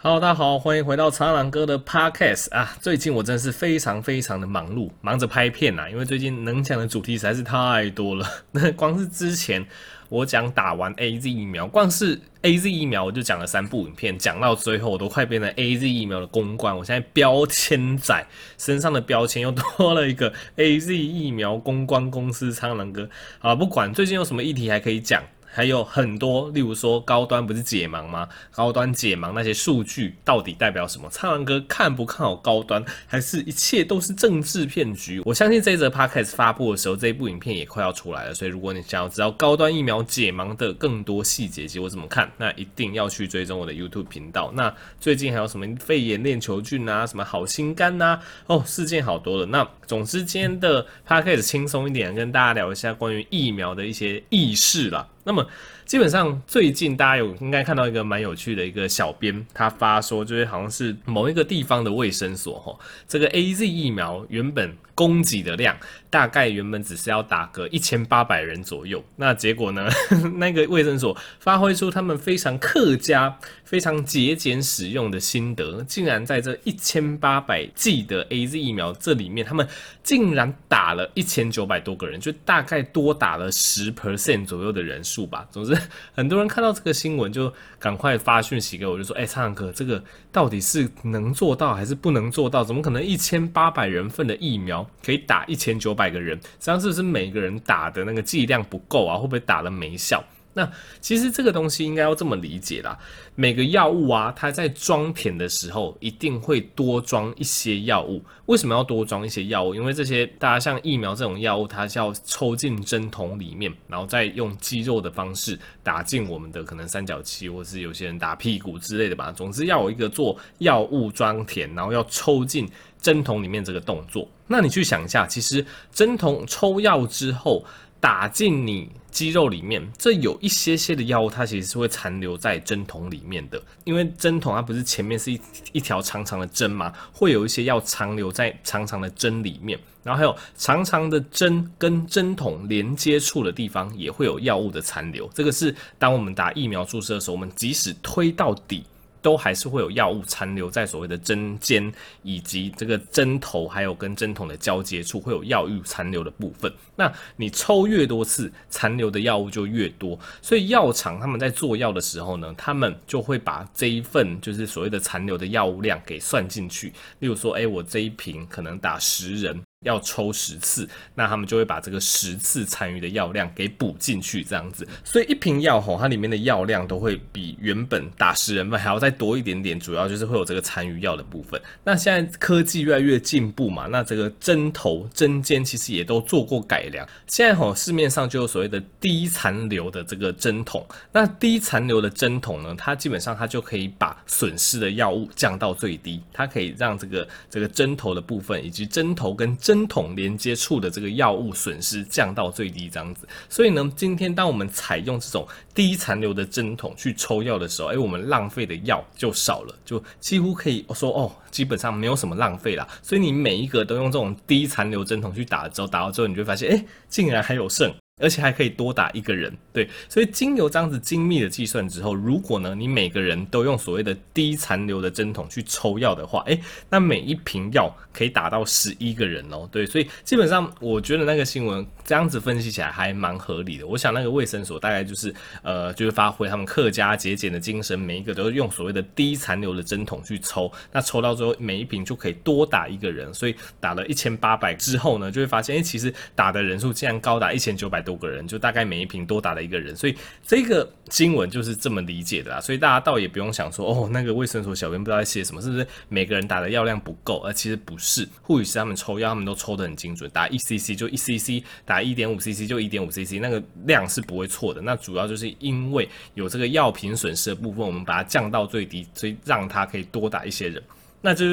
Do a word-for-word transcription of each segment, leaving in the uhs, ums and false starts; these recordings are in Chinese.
Hello，大家好，欢迎回到苍狼哥的 Podcast 啊！最近我真的是非常非常的忙碌，忙着拍片啊，因为最近能讲的主题实在是太多了。那光是之前我讲打完 A Z 疫苗，光是 A Z 疫苗我就讲了三部影片，讲到最后我都快变成 A Z 疫苗的公关。我现在标签仔身上的标签又多了一个 A Z 疫苗公关公司苍狼哥。好，不管最近有什么议题还可以讲。还有很多，例如说高端不是解盲吗？高端解盲那些数据到底代表什么？苍狼哥看不看好高端，还是一切都是政治骗局？我相信这一则 podcast 发布的时候，这一部影片也快要出来了。所以如果你想要知道高端疫苗解盲的更多细节及我怎么看，那一定要去追踪我的 YouTube 频道。那最近还有什么肺炎链球菌啊，什么好心肝啊，哦，事件好多了。那总之今天的 podcast 轻松一点，跟大家聊一下关于疫苗的一些意识啦。那么基本上最近大家有应该看到一个蛮有趣的一个小编，他发说就是好像是某一个地方的卫生所齁，这个 A Z 疫苗原本供给的量大概原本只是要打个一千八百人左右，那结果呢那个卫生所发挥出他们非常客家非常节俭使用的心得，竟然在这一千八百剂的 A Z 疫苗这里面，他们竟然打了一千九百多个人，就大概多打了 百分之十 左右的人数吧。总之很多人看到这个新闻就赶快发讯息给我，就说哎，苍狼哥，这个到底是能做到还是不能做到？怎么可能一千八百人份的疫苗可以打一千九百个人？这样是不是每个人打的那个剂量不够啊？会不会打了没效？那其实这个东西应该要这么理解啦，每个药物啊，它在装填的时候一定会多装一些药物。为什么要多装一些药物？因为这些大家像疫苗这种药物，它是要抽进针筒里面，然后再用肌肉的方式打进我们的可能三角肌，或是有些人打屁股之类的吧。总之要有一个做药物装填，然后要抽进针筒里面这个动作。那你去想一下，其实针筒抽药之后打进你肌肉里面，这有一些些的药物，它其实是会残留在针筒里面的。因为针筒它不是前面是 一, 一条长长的针吗？会有一些药残留在长长的针里面，然后还有长长的针跟针筒连接处的地方也会有药物的残留。这个是当我们打疫苗注射的时候，我们即使推到底，都还是会有药物残留在所谓的针尖以及这个针头，还有跟针筒的交接处会有药物残留的部分。那你抽越多次，残留的药物就越多。所以药厂他们在做药的时候呢，他们就会把这一份就是所谓的残留的药物量给算进去。例如说，哎，我这一瓶可能打十人，要抽十次，那他们就会把这个十次残余的药量给补进去，这样子。所以一瓶药吼，它里面的药量都会比原本打十人份还要再多一点点，主要就是会有这个残余药的部分。那现在科技越来越进步嘛，那这个针头、针尖其实也都做过改良。现在吼市面上就有所谓的低残留的这个针筒，那低残留的针筒呢，它基本上它就可以把损失的药物降到最低，它可以让这个这个针头的部分以及针头跟针针筒连接处的这个药物损失降到最低，这样子。所以呢，今天当我们采用这种低残留的针筒去抽药的时候，哎，我们浪费的药就少了，就几乎可以说哦，基本上没有什么浪费啦。所以你每一个都用这种低残留针筒去打之后，打到之后，你就会发现，哎，竟然还有剩。而且还可以多打一个人，对，所以经由这样子精密的计算之后，如果呢你每个人都用所谓的低残留的针筒去抽药的话，诶，那每一瓶药可以打到十一个人哦，对，所以基本上我觉得那个新闻这样子分析起来还蛮合理的。我想那个卫生所大概就是呃，就是发挥他们客家节俭的精神，每一个都用所谓的低残留的针筒去抽，那抽到最后每一瓶就可以多打一个人，所以打了一千八百之后呢，就会发现，诶，其实打的人数竟然高达一千九百多个人，就大概每一瓶多打了一个人，所以这个新闻就是这么理解的啦。所以大家倒也不用想说，哦，那个卫生所小编不知道在写什么，是不是每个人打的药量不够？而其实不是，护理师他们抽药，他们都抽得很精准，打一 C C 就一 C C， 打一点五 C C 就一点五 C C， 那个量是不会错的。那主要就是因为有这个药品损失的部分，我们把它降到最低，所以让它可以多打一些人。那就是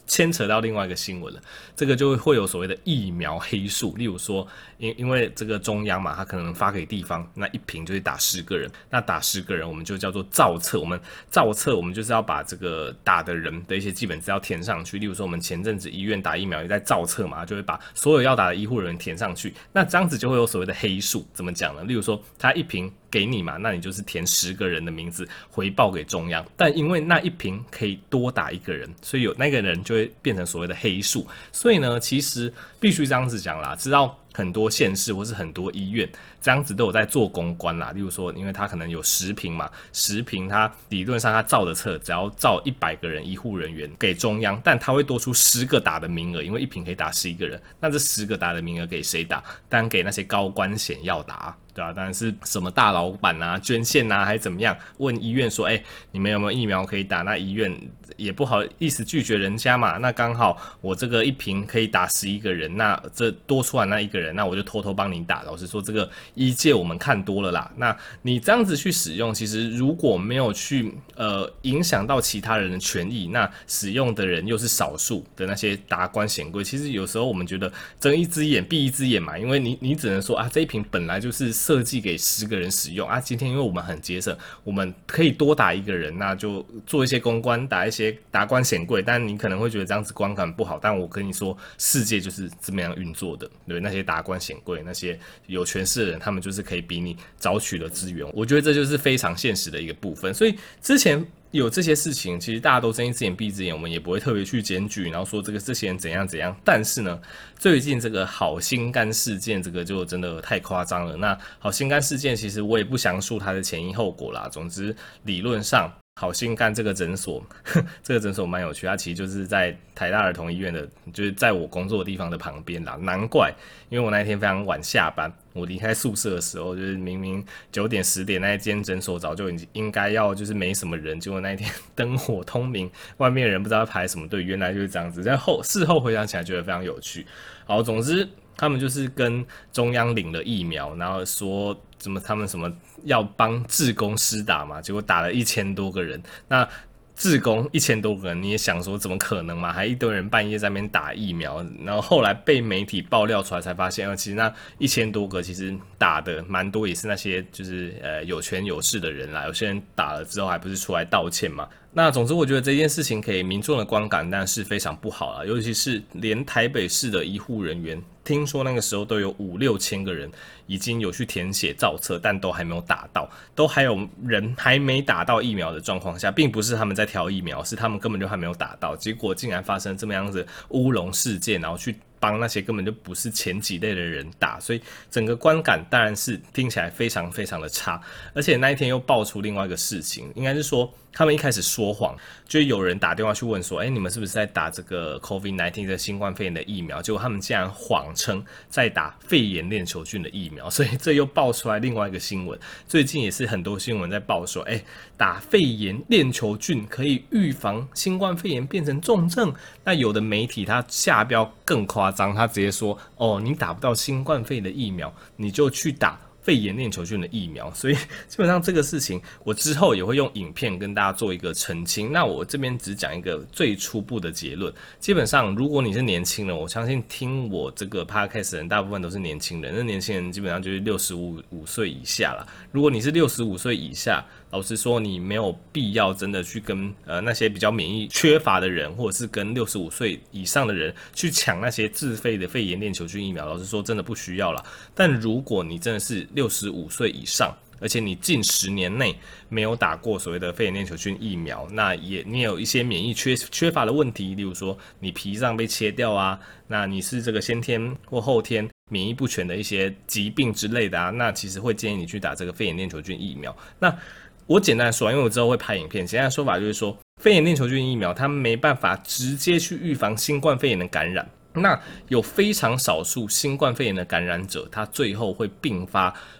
牵扯到另外一个新闻了，这个就会有所谓的疫苗黑数，例如说，因因为这个中央嘛，它可能发给地方，那一瓶就是打十个人，那打十个人，我们就叫做造册。我们造册，我们就是要把这个打的人的一些基本资料填上去。例如说，我们前阵子医院打疫苗也在造册嘛，就会把所有要打的医护人员填上去。那这样子就会有所谓的黑数，怎么讲呢？例如说，他一瓶给你嘛，那你就是填十个人的名字回报给中央，但因为那一瓶可以多打一个人，所以有那个人就会变成所谓的黑数。所以呢，其实必须这样子讲啦，知道很多县市或是很多医院这样子都有在做公关啦。例如说，因为他可能有十瓶嘛，十瓶他理论上他造的册只要造一百个人医护人员给中央，但他会多出十个打的名额，因为一瓶可以打十一个人。那这十个打的名额给谁打？当然给那些高官显要打。对啊，当然是什么大老板啊、捐献啊，还是怎么样？问医院说，哎、欸，你们有没有疫苗可以打？那医院也不好意思拒绝人家嘛。那刚好我这个一瓶可以打十一个人，那这多出来那一个人，那我就偷偷帮你打。老实说，这个医界我们看多了啦。那你这样子去使用，其实如果没有去呃影响到其他人的权益，那使用的人又是少数的那些达官显贵，其实有时候我们觉得睁一只眼闭一只眼嘛，因为你你只能说啊，这一瓶本来就是设计给十个人使用啊。今天因为我们很节省，我们可以多打一个人，那就做一些公关，打一些达官显贵。但你可能会觉得这样子观感不好，但我跟你说，世界就是这么样运作的。对，那些达官显贵，那些有权势的人，他们就是可以比你早取得资源。我觉得这就是非常现实的一个部分。所以之前有这些事情，其实大家都睁一只眼闭一只眼，我们也不会特别去检举，然后说这个这些人怎样怎样。但是呢，最近这个好心肝事件，这个就真的太夸张了。那好心肝事件，其实我也不详述它的前因后果啦。总之，理论上，好心肝这个诊所，这个诊所蛮有趣，它其实就是在台大儿童医院的，就是在我工作的地方的旁边啦。难怪，因为我那一天非常晚下班，我离开宿舍的时候，就是明明九点十点那一间诊所早就已经应该要就是没什么人，结果那一天灯火通明，外面的人不知道排什么队，原来就是这样子。但后事后回想起来，觉得非常有趣。好，总之他们就是跟中央领了疫苗，然后说怎么他们什么要帮志工施打嘛，结果打了一千多个人。那志工一千多个人，你也想说怎么可能嘛？还一堆人半夜在那边打疫苗，然后后来被媒体爆料出来，才发现，呃，其实那一千多个其实打的蛮多，也是那些就是呃有权有势的人啦。有些人打了之后还不是出来道歉嘛？那总之，我觉得这件事情给民众的观感当然是非常不好啦，尤其是连台北市的医护人员，听说那个时候都有五六千个人已经有去填写造册，但都还没有打到，都还有人还没打到疫苗的状况下，并不是他们在挑疫苗，是他们根本就还没有打到，结果竟然发生这么样子乌龙事件，然后去帮那些根本就不是前几类的人打，所以整个观感当然是听起来非常非常的差。而且那一天又爆出另外一个事情，应该是说他们一开始说谎，就有人打电话去问说，哎，你们是不是在打这个 COVID 十九 的新冠肺炎的疫苗？结果他们竟然谎称在打肺炎链球菌的疫苗，所以这又爆出来另外一个新闻。最近也是很多新闻在报说，哎，打肺炎链球菌可以预防新冠肺炎变成重症。那有的媒体他下标更夸张，他直接说，哦，你打不到新冠肺炎的疫苗，你就去打肺炎链球菌的疫苗。所以基本上这个事情我之后也会用影片跟大家做一个澄清。那我这边只讲一个最初步的结论，基本上如果你是年轻人，我相信听我这个 podcast 的人大部分都是年轻人，那年轻人基本上就是六十五岁以下啦。如果你是六十五岁以下，老实说你没有必要真的去跟呃那些比较免疫缺乏的人，或者是跟六十五岁以上的人去抢那些自费的肺炎链球菌疫苗，老实说真的不需要啦。但如果你真的是六十五岁以上，而且你近十年内没有打过所谓的肺炎链球菌疫苗，那也你也有一些免疫缺缺乏的问题，例如说你脾脏被切掉啊，那你是这个先天或后天免疫不全的一些疾病之类的啊，那其实会建议你去打这个肺炎链球菌疫苗。那我简单说，因为我之后会拍影片，简单的说法就是说，肺炎链球菌疫苗它没办法直接去预防新冠肺炎的感染。那有非常少数新冠肺炎的感染者，他最后会并发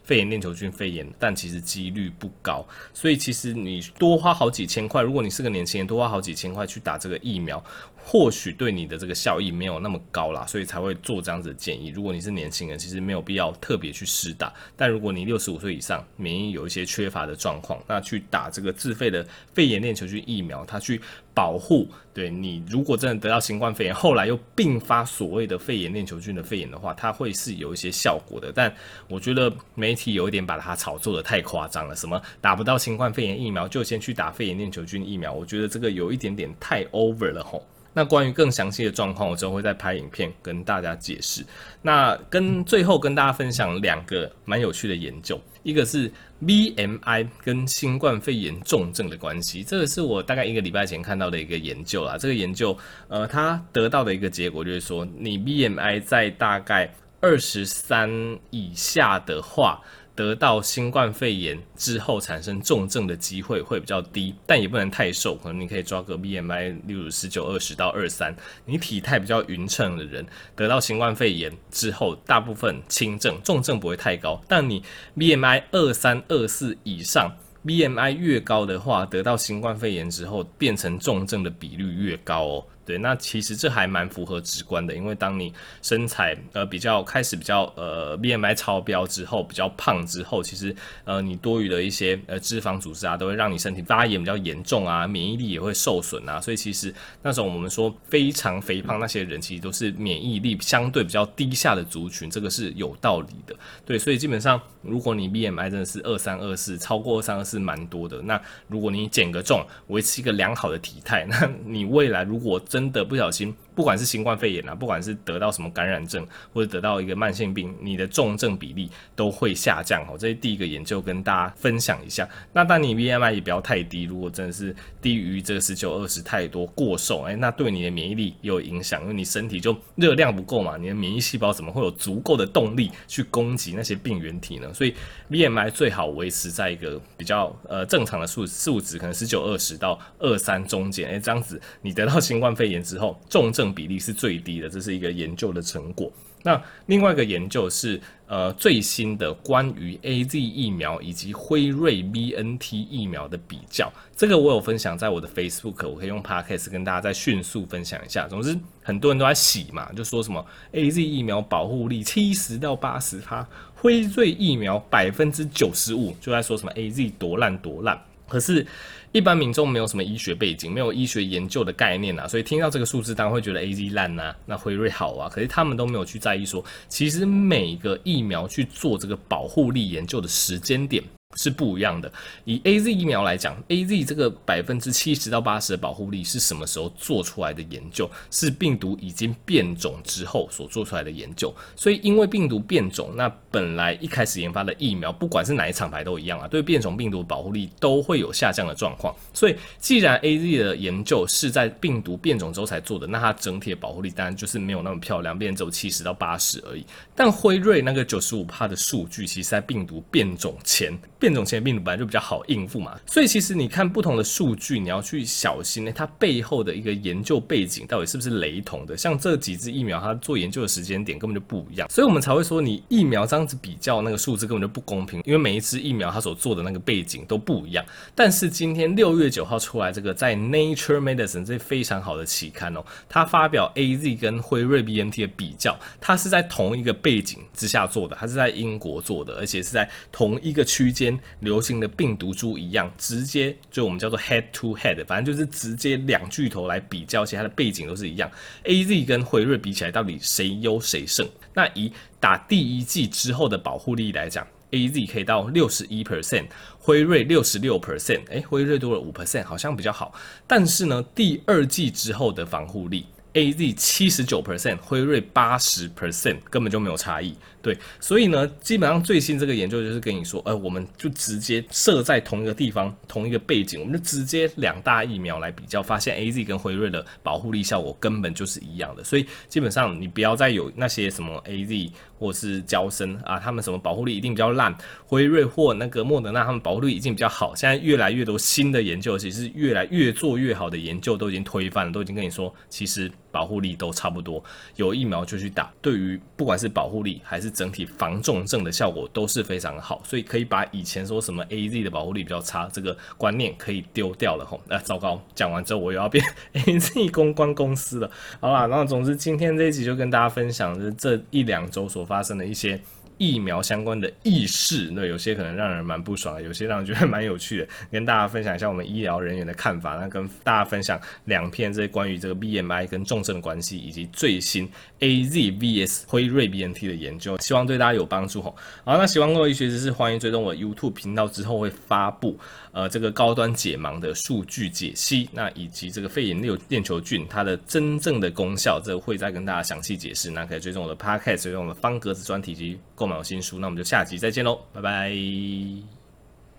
肺炎链球菌肺炎，但其实几率不高。所以其实你多花好几千块，如果你是个年轻人，多花好几千块去打这个疫苗，或许对你的这个效益没有那么高啦，所以才会做这样子的建议。如果你是年轻人，其实没有必要特别去施打。但如果你六十五岁以上，免疫有一些缺乏的状况，那去打这个自费的肺炎链球菌疫苗，它去保护对你，如果真的得到新冠肺炎，后来又并发所谓的肺炎链球菌的肺炎的话，它会是有一些效果的。但我觉得媒体有一点把它炒作的太夸张了，什么打不到新冠肺炎疫苗就先去打肺炎链球菌疫苗，我觉得这个有一点点太 over 了吼。那关于更详细的状况，我之后会再拍影片跟大家解释。那跟最后跟大家分享两个蛮有趣的研究，一个是 B M I 跟新冠肺炎重症的关系，这个是我大概一个礼拜前看到的一个研究啦。这个研究，呃，它得到的一个结果就是说，你 B M I 在大概二十三以下的话，得到新冠肺炎之后产生重症的机会会比较低，但也不能太瘦，可能你可以抓个 B M I， 例如十九、二十到二十三，你体态比较匀称的人，得到新冠肺炎之后，大部分轻症，重症不会太高，但你 B M I 二三、二四以上。B M I 越高的话，得到新冠肺炎之后变成重症的比率越高哦。对，那其实这还蛮符合直观的，因为当你身材呃比较开始比较呃 B M I 超标之后，比较胖之后，其实呃你多余的一些呃脂肪组织啊，都会让你身体发炎比较严重啊，免疫力也会受损啊，所以其实那种我们说非常肥胖那些人，其实都是免疫力相对比较低下的族群，这个是有道理的。对，所以基本上如果你 B M I 真的是二三、二四，超过二三、二四蛮多的，那如果你减个重，维持一个良好的体态，那你未来如果真的不小心，不管是新冠肺炎啊，不管是得到什么感染症，或者得到一个慢性病，你的重症比例都会下降哦。这是第一个研究跟大家分享一下。那当你 B M I 也不要太低，如果真的是低于这个十九、二十太多过瘦，哎，那对你的免疫力也有影响，因为你身体就热量不够嘛，你的免疫细胞怎么会有足够的动力去攻击那些病原体呢？所以 B M I 最好维持在一个比较呃正常的数数值，可能十九、二十到二三中间，哎，这样子你得到新冠肺炎之后，重症比例是最低的，这是一个研究的成果。那另外一个研究是呃最新的关于 A Z 疫苗以及辉瑞 B N T 疫苗的比较，这个我有分享在我的 Facebook， 我可以用 Podcast 跟大家再迅速分享一下。总之很多人都在洗嘛，就说什么 A Z 疫苗保护力七十到八十趴，辉瑞疫苗百分之九十五，就在说什么 A Z 多烂多烂。可是一般民众没有什么医学背景，没有医学研究的概念啊，所以听到这个数字当然会觉得 A Z 烂啊，那辉瑞好啊，可是他们都没有去在意说，其实每个疫苗去做这个保护力研究的时间点是不一样的。以 A Z 疫苗来讲 ，A Z 这个百分之七十到八十的保护力是什么时候做出来的研究？是病毒已经变种之后所做出来的研究。所以因为病毒变种，那本来一开始研发的疫苗，不管是哪一厂牌都一样啊，对变种病毒的保护力都会有下降的状况。所以既然 A Z 的研究是在病毒变种之后才做的，那它整体的保护力当然就是没有那么漂亮，变成只有七十到八十而已。但辉瑞那个 百分之九十五 的数据，其实在病毒变种前。变种前的病毒本来就比较好应付嘛，所以其实你看不同的数据，你要去小心呢，它背后的一个研究背景到底是不是雷同的？像这几支疫苗，它做研究的时间点根本就不一样，所以我们才会说你疫苗这样子比较那个数字根本就不公平，因为每一支疫苗它所做的那个背景都不一样。但是今天六月九号出来这个在 Nature Medicine 这非常好的期刊哦，它发表 A Z 跟辉瑞 B N T 的比较，它是在同一个背景之下做的，它是在英国做的，而且是在同一个区间。流行的病毒株一样，直接就我们叫做 head to head， 反正就是直接两巨头来比较，其他的背景都是一样。A Z 跟辉瑞比起来，到底谁优谁胜？那以打第一剂之后的保护力来讲 ，A Z 可以到 百分之六十一， 辉瑞 百分之六十六， 哎，辉瑞多了 百分之五， 好像比较好。但是呢，第二剂之后的防护力。A Z 百分之七十九， 辉瑞 百分之八十， 根本就没有差异。对，所以呢，基本上最新这个研究就是跟你说，呃，我们就直接设在同一个地方、同一个背景，我们就直接两大疫苗来比较，发现 A Z 跟辉瑞的保护力效果根本就是一样的。所以基本上你不要再有那些什么 A Z 或是嬌生啊，他们什么保护力一定比较烂，辉瑞或那个莫德纳他们保护力已经比较好。现在越来越多新的研究，其实越来越做越好的研究都已经推翻了，都已经跟你说，其实保护力都差不多，有疫苗就去打，对于不管是保护力还是整体防重症的效果都是非常好，所以可以把以前说什么 A Z 的保护力比较差这个观念可以丢掉了吼。啊，糟糕，讲完之后我又要变 A Z 公关公司了。好啦，那总之今天这一集就跟大家分享就是这一两周所发生的一些疫苗相关的意识，那有些可能让人蛮不爽的，有些让人觉得蛮有趣的，跟大家分享一下我们医疗人员的看法，那跟大家分享两篇这些关于这个 B M I 跟重症的关系，以及最新 A Z vs 辉瑞 B N T 的研究，希望对大家有帮助吼。好，那喜欢我的医学知识，欢迎追踪我的 YouTube 频道，之后会发布呃这个高端解盲的数据解析，那以及这个肺炎链球菌它的真正的功效，这个会再跟大家详细解释。那可以追踪我的 Podcast， 追踪我的方格子专题及购买我新书，那我们就下集再见喽，拜拜。